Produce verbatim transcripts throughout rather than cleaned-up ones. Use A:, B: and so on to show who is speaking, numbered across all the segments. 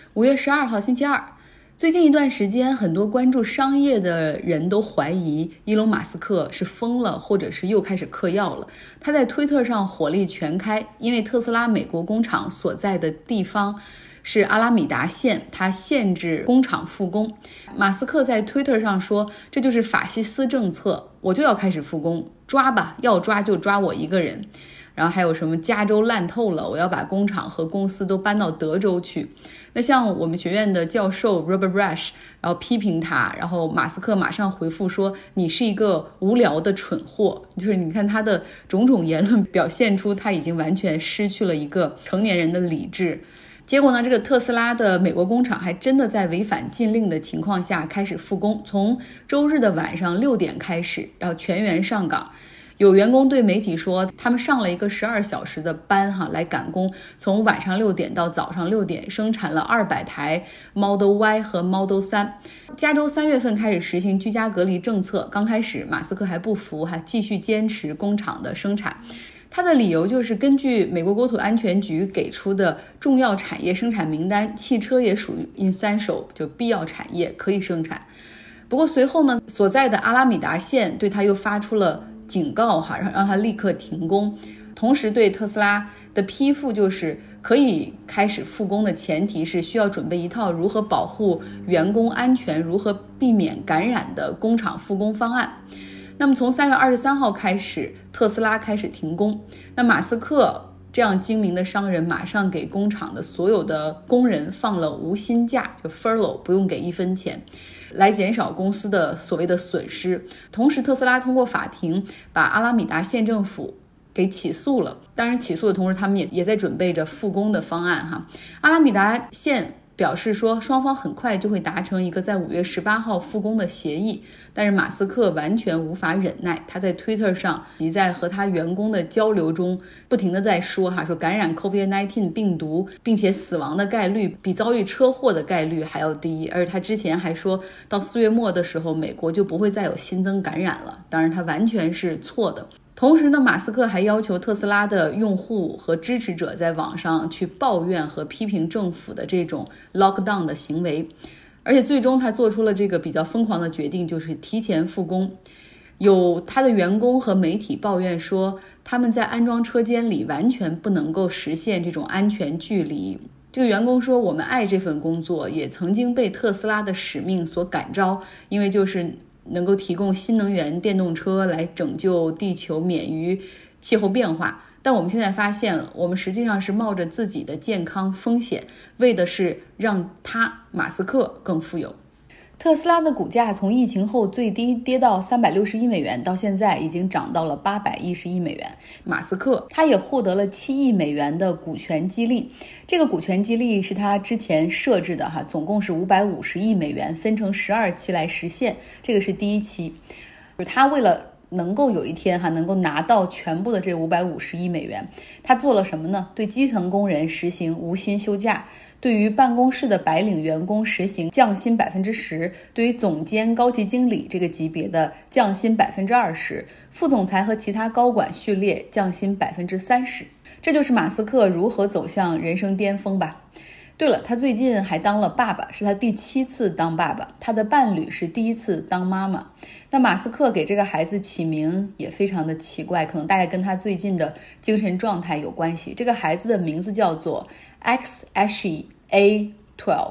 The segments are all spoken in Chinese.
A: 五月十二号星期二，最近一段时间，很多关注商业的人都怀疑伊隆马斯克是疯了，或者是又开始嗑药了。他在推特上火力全开，因为特斯拉美国工厂所在的地方是阿拉米达县，他限制工厂复工。马斯克在推特上说，这就是法西斯政策，我就要开始复工，抓吧，要抓就抓我一个人。然后还有什么加州烂透了，我要把工厂和公司都搬到德州去。那像我们学院的教授 Robert Reich 然后批评他，然后马斯克马上回复说，你是一个无聊的蠢货。就是你看他的种种言论表现出他已经完全失去了一个成年人的理智。结果呢，这个特斯拉的美国工厂还真的在违反禁令的情况下开始复工，从周日的晚上六点开始，然后全员上岗。有员工对媒体说，他们上了一个十二小时的班哈，来赶工，从晚上六点到早上六点，生产了二百台 Model Y 和 Model 三。加州三月份开始实行居家隔离政策，刚开始马斯克还不服，还继续坚持工厂的生产。他的理由就是根据美国国土安全局给出的重要产业生产名单，汽车也属于 essential 就必要产业，可以生产。不过随后呢，所在的阿拉米达县对他又发出了警告哈，让他立刻停工。同时对特斯拉的批复就是可以开始复工的前提是需要准备一套如何保护员工安全、如何避免感染的工厂复工方案。那么从三月二十三号开始，特斯拉开始停工。那马斯克这样精明的商人马上给工厂的所有的工人放了无薪假，就 furlough， 不用给一分钱，来减少公司的所谓的损失。同时特斯拉通过法庭把阿拉米达县政府给起诉了，当然起诉的同时他们也也在准备着复工的方案哈。阿拉米达县表示说，双方很快就会达成一个在五月十八号复工的协议，但是马斯克完全无法忍耐，他在 Twitter 上以在和他员工的交流中不停地在说哈，说感染 COVID 十九 病毒并且死亡的概率比遭遇车祸的概率还要低，而他之前还说到四月末的时候美国就不会再有新增感染了，当然他完全是错的。同时呢，马斯克还要求特斯拉的用户和支持者在网上去抱怨和批评政府的这种 lockdown 的行为，而且最终他做出了这个比较疯狂的决定，就是提前复工。有他的员工和媒体抱怨说，他们在安装车间里完全不能够实现这种安全距离。这个员工说，我们爱这份工作，也曾经被特斯拉的使命所感召，因为就是能够提供新能源电动车来拯救地球免于气候变化。但我们现在发现了，我们实际上是冒着自己的健康风险，为的是让他马斯克更富有。特斯拉的股价从疫情后最低跌到三百六十亿美元，到现在已经涨到了八百一十亿美元。马斯克他也获得了七亿美元的股权激励，这个股权激励是他之前设置的哈，总共是五百五十亿美元，分成十二期来实现，这个是第一期。他为了能够有一天哈能够拿到全部的这五百五十亿美元，他做了什么呢？对基层工人实行无薪休假，对于办公室的白领员工实行降薪百分之十，对于总监、高级经理这个级别的降薪百分之二十，副总裁和其他高管序列降薪百分之三十。这就是马斯克如何走向人生巅峰吧。对了，他最近还当了爸爸，是他第七次当爸爸，他的伴侣是第一次当妈妈。那马斯克给这个孩子起名也非常的奇怪，可能大概跟他最近的精神状态有关系。这个孩子的名字叫做 X Ashley A 十二，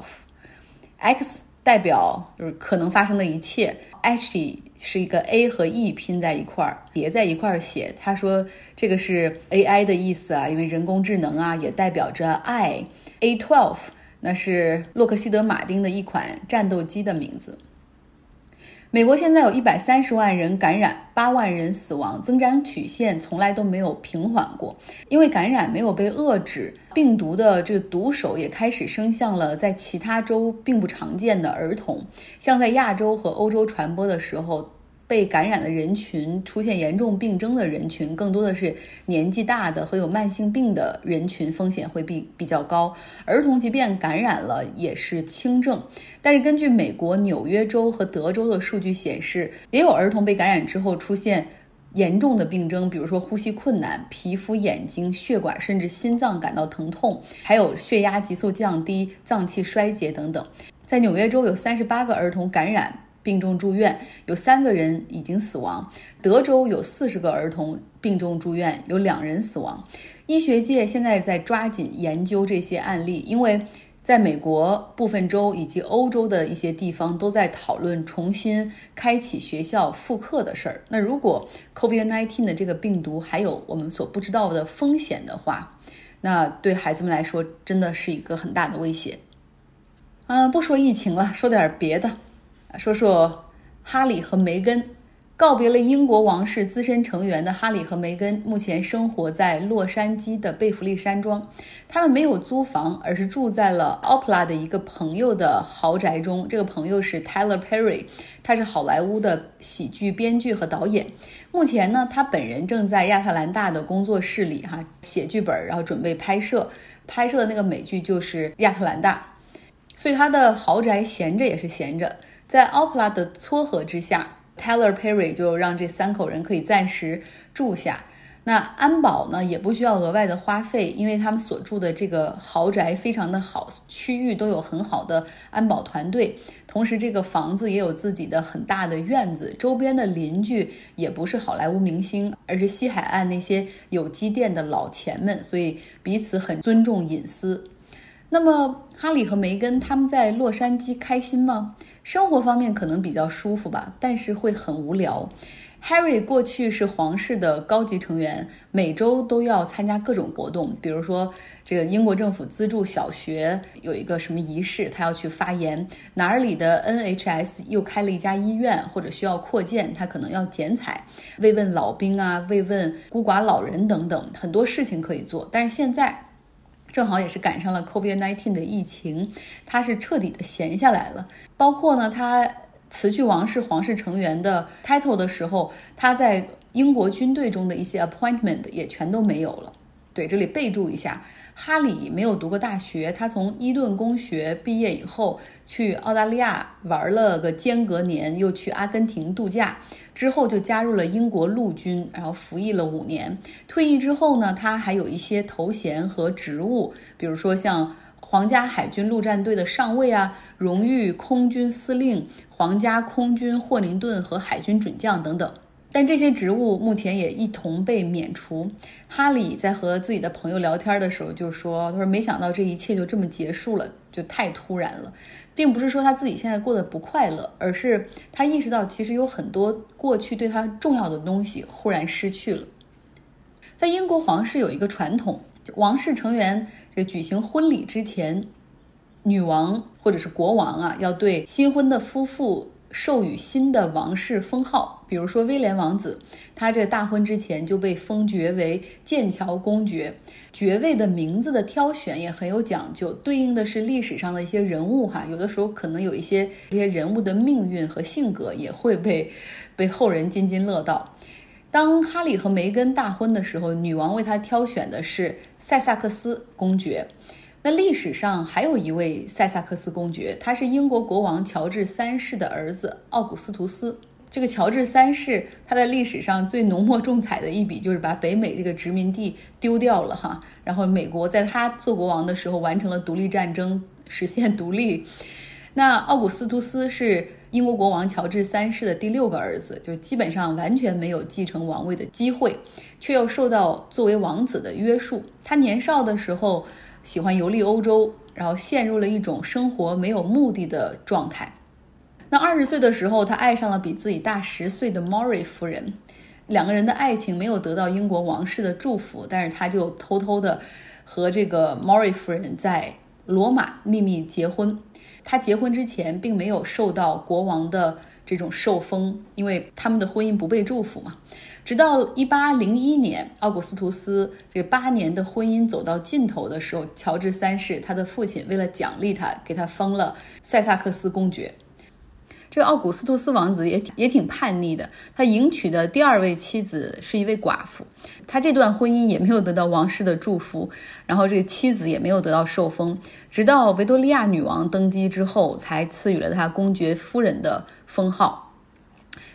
A: X 代表就是可能发生的一切， Ashley 是一个 A 和 E 拼在一块儿叠在一块儿写，他说这个是 A I 的意思啊，因为人工智能啊，也代表着爱。 A 十二 那是洛克希德马丁的一款战斗机的名字。美国现在有一百三十万人感染，八万人死亡，增长曲线从来都没有平缓过。因为感染没有被遏制，病毒的这个毒手也开始伸向了在其他州并不常见的儿童。像在亚洲和欧洲传播的时候，被感染的人群出现严重病征的人群更多的是年纪大的和有慢性病的人群，风险会比比较高。儿童即便感染了也是轻症，但是根据美国纽约州和德州的数据显示，也有儿童被感染之后出现严重的病症，比如说呼吸困难、皮肤、眼睛、血管甚至心脏感到疼痛，还有血压急速降低、脏器衰竭等等。在纽约州有三十八个儿童感染病重住院，有三个人已经死亡。德州有四十个儿童病重住院，有两人死亡。医学界现在在抓紧研究这些案例，因为在美国部分州以及欧洲的一些地方都在讨论重新开启学校复课的事儿。那如果 COVID 十九 的这个病毒还有我们所不知道的风险的话，那对孩子们来说真的是一个很大的威胁。嗯，不说疫情了，说点别的，说说哈里和梅根。告别了英国王室资深成员的哈里和梅根目前生活在洛杉矶的贝弗利山庄。他们没有租房，而是住在了奥普拉的一个朋友的豪宅中。这个朋友是 Tyler Perry， 他是好莱坞的喜剧编剧和导演。目前呢，他本人正在亚特兰大的工作室里哈写剧本，然后准备拍摄。拍摄的那个美剧就是亚特兰大，所以他的豪宅闲着也是闲着。在奥普拉的撮合之下，Tyler Perry 就让这三口人可以暂时住下。那安保呢也不需要额外的花费，因为他们所住的这个豪宅非常的好，区域都有很好的安保团队。同时这个房子也有自己的很大的院子，周边的邻居也不是好莱坞明星，而是西海岸那些有机店的老钱们，所以彼此很尊重隐私。那么哈里和梅根他们在洛杉矶开心吗？生活方面可能比较舒服吧，但是会很无聊。Harry 过去是皇室的高级成员，每周都要参加各种活动，比如说这个英国政府资助小学有一个什么仪式，他要去发言，哪里的 N H S 又开了一家医院或者需要扩建，他可能要剪彩，慰问老兵啊，慰问孤寡老人等等，很多事情可以做。但是现在正好也是赶上了 COVID 十九 的疫情，他是彻底的闲下来了。包括呢，他辞去王室皇室成员的 title 的时候，他在英国军队中的一些 appointment 也全都没有了。对，这里备注一下，哈里没有读过大学，他从伊顿公学毕业以后去澳大利亚玩了个间隔年，又去阿根廷度假，之后就加入了英国陆军，然后服役了五年。退役之后呢，他还有一些头衔和职务，比如说像皇家海军陆战队的上尉啊，荣誉空军司令，皇家空军霍灵顿和海军准将等等。但这些职务目前也一同被免除。哈里在和自己的朋友聊天的时候就说，他说没想到这一切就这么结束了，就太突然了。并不是说他自己现在过得不快乐，而是他意识到其实有很多过去对他重要的东西忽然失去了。在英国皇室有一个传统，王室成员这举行婚礼之前，女王或者是国王啊，要对新婚的夫妇授予新的王室封号。比如说威廉王子，他这大婚之前就被封爵为剑桥公爵。爵位的名字的挑选也很有讲究，对应的是历史上的一些人物哈，有的时候可能有一些这些人物的命运和性格也会被被后人津津乐道。当哈里和梅根大婚的时候，女王为他挑选的是塞萨克斯公爵。那历史上还有一位塞萨克斯公爵，他是英国国王乔治三世的儿子奥古斯图斯。这个乔治三世他在历史上最浓墨重彩的一笔就是把北美这个殖民地丢掉了哈，然后美国在他做国王的时候完成了独立战争，实现独立。那奥古斯图斯是英国国王乔治三世的第六个儿子，就基本上完全没有继承王位的机会，却又受到作为王子的约束。他年少的时候喜欢游历欧洲，然后陷入了一种生活没有目的的状态。那二十岁的时候，他爱上了比自己大十岁的 Maury 夫人，两个人的爱情没有得到英国王室的祝福，但是他就偷偷的和这个 Maury 夫人在罗马秘密结婚。他结婚之前并没有受到国王的这种受封，因为他们的婚姻不被祝福嘛。直到一八零一年，奥古斯图斯这八年的婚姻走到尽头的时候，乔治三世他的父亲为了奖励他，给他封了塞萨克斯公爵。这个奥古斯图斯王子也挺也挺叛逆的，他迎娶的第二位妻子是一位寡妇，他这段婚姻也没有得到王室的祝福，然后这个妻子也没有得到受封，直到维多利亚女王登基之后，才赐予了他公爵夫人的封号。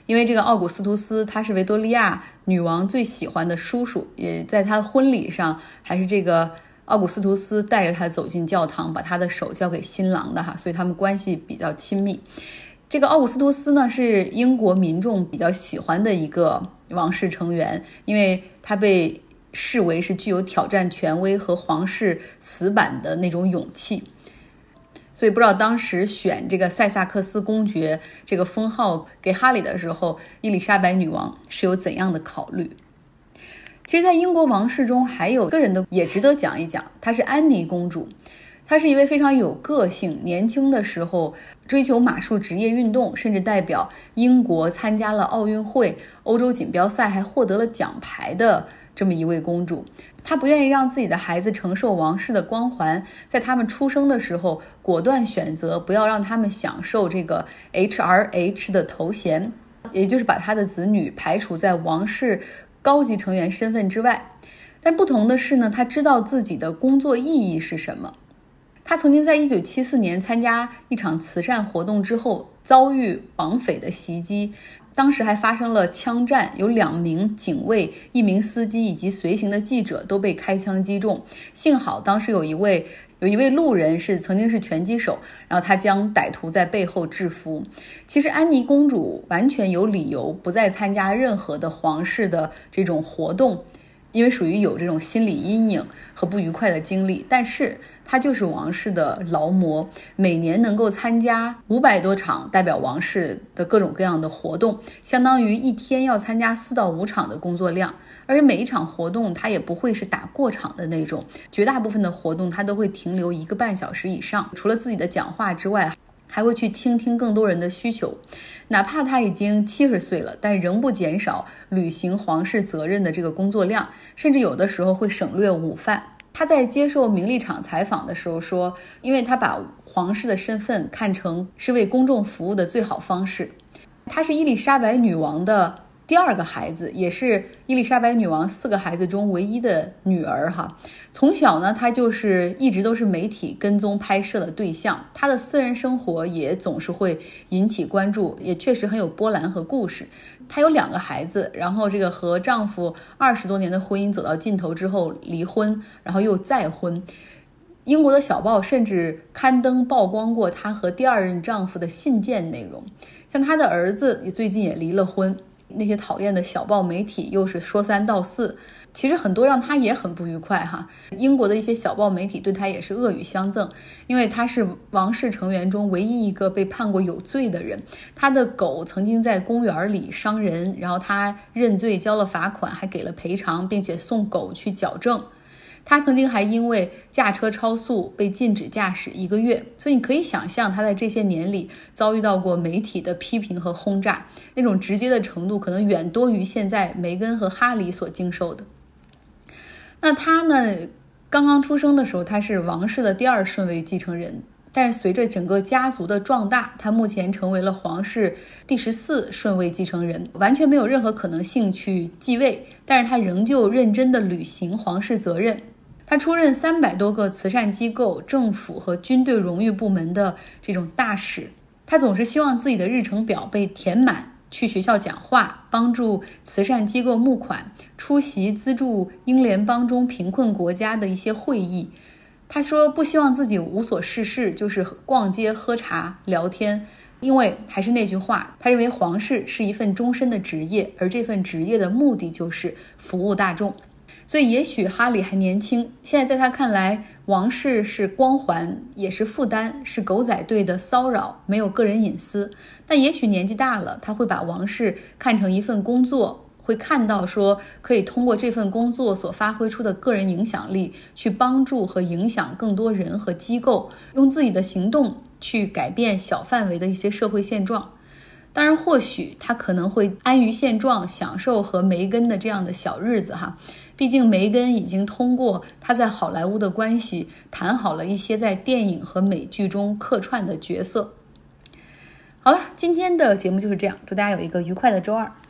A: 因为这个奥古斯图斯他是维多利亚女王最喜欢的叔叔，也在他婚礼上还是这个奥古斯图斯带着他走进教堂，把他的手交给新郎的哈，所以他们关系比较亲密。这个奥古斯图斯呢是英国民众比较喜欢的一个王室成员，因为他被视为是具有挑战权威和皇室死板的那种勇气。所以不知道当时选这个塞萨克斯公爵这个封号给哈里的时候，伊丽莎白女王是有怎样的考虑。其实在英国王室中还有个人的也值得讲一讲，她是安妮公主。她是一位非常有个性，年轻的时候追求马术职业运动，甚至代表英国参加了奥运会、欧洲锦标赛，还获得了奖牌的这么一位公主。她不愿意让自己的孩子承受王室的光环，在他们出生的时候果断选择不要让他们享受这个 H R H 的头衔，也就是把她的子女排除在王室高级成员身份之外。但不同的是呢，她知道自己的工作意义是什么。他曾经在一九七四年参加一场慈善活动之后遭遇绑匪的袭击，当时还发生了枪战，有两名警卫、一名司机以及随行的记者都被开枪击中。幸好当时有一位有一位路人是曾经是拳击手，然后他将歹徒在背后制服。其实安妮公主完全有理由不再参加任何的皇室的这种活动，因为属于有这种心理阴影和不愉快的经历，但是他就是王室的劳模，每年能够参加五百多场代表王室的各种各样的活动，相当于一天要参加四到五场的工作量。而且每一场活动他也不会是打过场的那种，绝大部分的活动他都会停留一个半小时以上，除了自己的讲话之外，还会去倾听更多人的需求。哪怕他已经七十岁了，但仍不减少履行皇室责任的这个工作量，甚至有的时候会省略午饭。他在接受名利场采访的时候说，因为他把皇室的身份看成是为公众服务的最好方式。他是伊丽莎白女王的第二个孩子，也是伊丽莎白女王四个孩子中唯一的女儿哈。从小呢，她就是一直都是媒体跟踪拍摄的对象，她的私人生活也总是会引起关注，也确实很有波澜和故事。她有两个孩子，然后这个和丈夫二十多年的婚姻走到尽头之后离婚，然后又再婚。英国的小报甚至刊登曝光过她和第二任丈夫的信件内容。像她的儿子也最近也离了婚，那些讨厌的小报媒体又是说三道四，其实很多让他也很不愉快哈。英国的一些小报媒体对他也是恶语相赠，因为他是王室成员中唯一一个被判过有罪的人。他的狗曾经在公园里伤人，然后他认罪交了罚款，还给了赔偿，并且送狗去矫正。他曾经还因为驾车超速被禁止驾驶一个月，所以你可以想象他在这些年里遭遇到过媒体的批评和轰炸，那种直接的程度可能远多于现在梅根和哈里所经受的。那他呢，刚刚出生的时候他是王室的第二顺位继承人，但是随着整个家族的壮大，他目前成为了皇室第十四顺位继承人，完全没有任何可能性去继位，但是他仍旧认真地履行皇室责任。他出任三百多个慈善机构、政府和军队荣誉部门的这种大使。他总是希望自己的日程表被填满，去学校讲话，帮助慈善机构募款，出席资助英联邦中贫困国家的一些会议。他说不希望自己无所事事，就是逛街、喝茶、聊天，因为还是那句话，他认为皇室是一份终身的职业，而这份职业的目的就是服务大众。所以也许哈里还年轻，现在在他看来，王室是光环，也是负担，是狗仔队的骚扰，没有个人隐私。但也许年纪大了，他会把王室看成一份工作，会看到说可以通过这份工作所发挥出的个人影响力，去帮助和影响更多人和机构，用自己的行动去改变小范围的一些社会现状。当然或许他可能会安于现状，享受和梅根的这样的小日子哈。毕竟梅根已经通过他在好莱坞的关系谈好了一些在电影和美剧中客串的角色。好了，今天的节目就是这样，祝大家有一个愉快的周二。